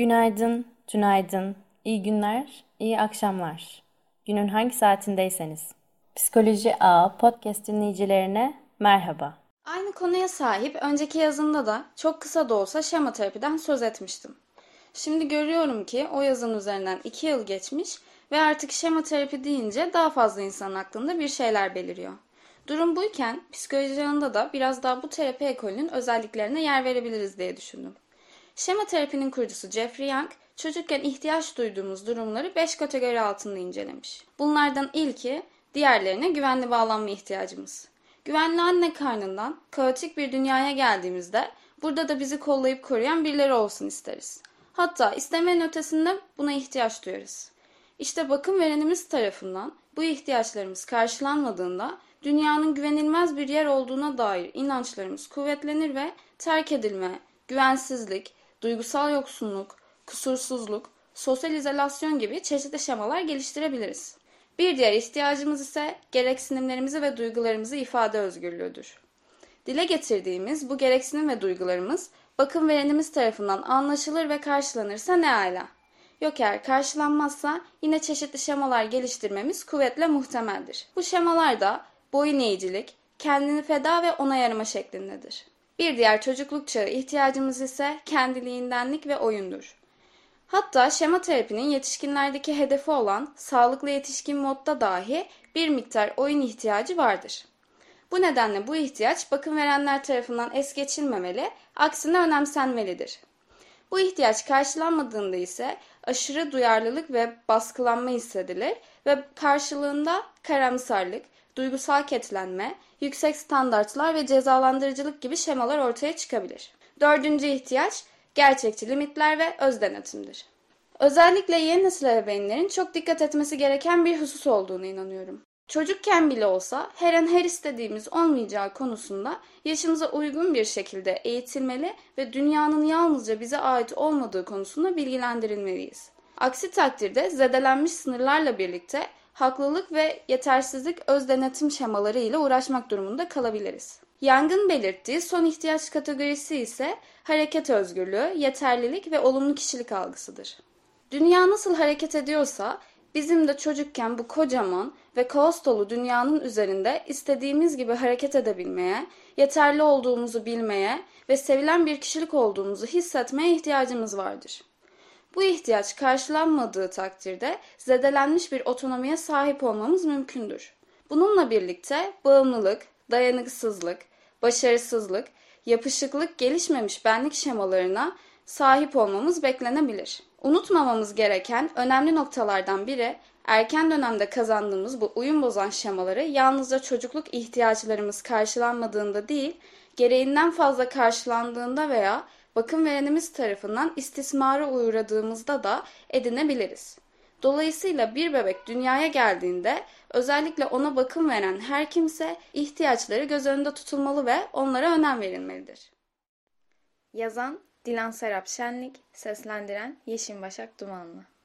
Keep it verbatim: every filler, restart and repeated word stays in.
Günaydın, tünaydın, iyi günler, iyi akşamlar. Günün hangi saatindeyseniz. Psikoloji A podcast dinleyicilerine merhaba. Aynı konuya sahip önceki yazımda da çok kısa da olsa şema terapiden söz etmiştim. Şimdi görüyorum ki o yazın üzerinden iki yıl geçmiş ve artık şema terapi deyince daha fazla insanın aklında bir şeyler beliriyor. Durum buyken psikoloji yanında da biraz daha bu terapi ekolünün özelliklerine yer verebiliriz diye düşündüm. Şema terapinin kurucusu Jeffrey Young, çocukken ihtiyaç duyduğumuz durumları beş kategori altında incelemiş. Bunlardan ilki diğerlerine güvenli bağlanma ihtiyacımız. Güvenli anne karnından kaotik bir dünyaya geldiğimizde burada da bizi kollayıp koruyan birileri olsun isteriz. Hatta istemenin ötesinde buna ihtiyaç duyarız. İşte bakım verenimiz tarafından bu ihtiyaçlarımız karşılanmadığında dünyanın güvenilmez bir yer olduğuna dair inançlarımız kuvvetlenir ve terk edilme, güvensizlik, duygusal yoksunluk, kusursuzluk, sosyal izolasyon gibi çeşitli şemalar geliştirebiliriz. Bir diğer ihtiyacımız ise gereksinimlerimizi ve duygularımızı ifade özgürlüğüdür. Dile getirdiğimiz bu gereksinim ve duygularımız bakım verenimiz tarafından anlaşılır ve karşılanırsa ne âlâ. Yok eğer karşılanmazsa yine çeşitli şemalar geliştirmemiz kuvvetle muhtemeldir. Bu şemalar da boyun eğicilik, kendini feda ve ona yarama şeklindedir. Bir diğer çocukluk çağı ihtiyacımız ise kendiliğindenlik ve oyundur. Hatta şema terapinin yetişkinlerdeki hedefi olan sağlıklı yetişkin modda dahi bir miktar oyun ihtiyacı vardır. Bu nedenle bu ihtiyaç bakım verenler tarafından es geçilmemeli, aksine önemsenmelidir. Bu ihtiyaç karşılanmadığında ise aşırı duyarlılık ve baskılanma hissedilir ve karşılığında karamsarlık, duygusal ketlenme, yüksek standartlar ve cezalandırıcılık gibi şemalar ortaya çıkabilir. Dördüncü ihtiyaç gerçekçi limitler ve öz denetimdir. Özellikle yeni nesil ebeveynlerin çok dikkat etmesi gereken bir husus olduğunu inanıyorum. Çocukken bile olsa her an her istediğimiz olmayacağı konusunda yaşımıza uygun bir şekilde eğitilmeli ve dünyanın yalnızca bize ait olmadığı konusunda bilgilendirilmeliyiz. Aksi takdirde zedelenmiş sınırlarla birlikte haklılık ve yetersizlik öz denetim şemaları ile uğraşmak durumunda kalabiliriz. Young'ın belirttiği son ihtiyaç kategorisi ise hareket özgürlüğü, yeterlilik ve olumlu kişilik algısıdır. Dünya nasıl hareket ediyorsa bizim de çocukken bu kocaman ve kaos dolu dünyanın üzerinde istediğimiz gibi hareket edebilmeye, yeterli olduğumuzu bilmeye ve sevilen bir kişilik olduğumuzu hissetmeye ihtiyacımız vardır. Bu ihtiyaç karşılanmadığı takdirde zedelenmiş bir otonomiye sahip olmamız mümkündür. Bununla birlikte bağımlılık, dayanıksızlık, başarısızlık, yapışıklık gelişmemiş benlik şemalarına sahip olmamız beklenebilir. Unutmamamız gereken önemli noktalardan biri, erken dönemde kazandığımız bu uyum bozan şemaları yalnızca çocukluk ihtiyaçlarımız karşılanmadığında değil, gereğinden fazla karşılandığında veya bakım verenimiz tarafından istismara uğradığımızda da edinebiliriz. Dolayısıyla bir bebek dünyaya geldiğinde özellikle ona bakım veren her kimse ihtiyaçları göz önünde tutulmalı ve onlara önem verilmelidir. Yazan Dilan Serap Şenlik, seslendiren Yeşim Başak Dumanlı.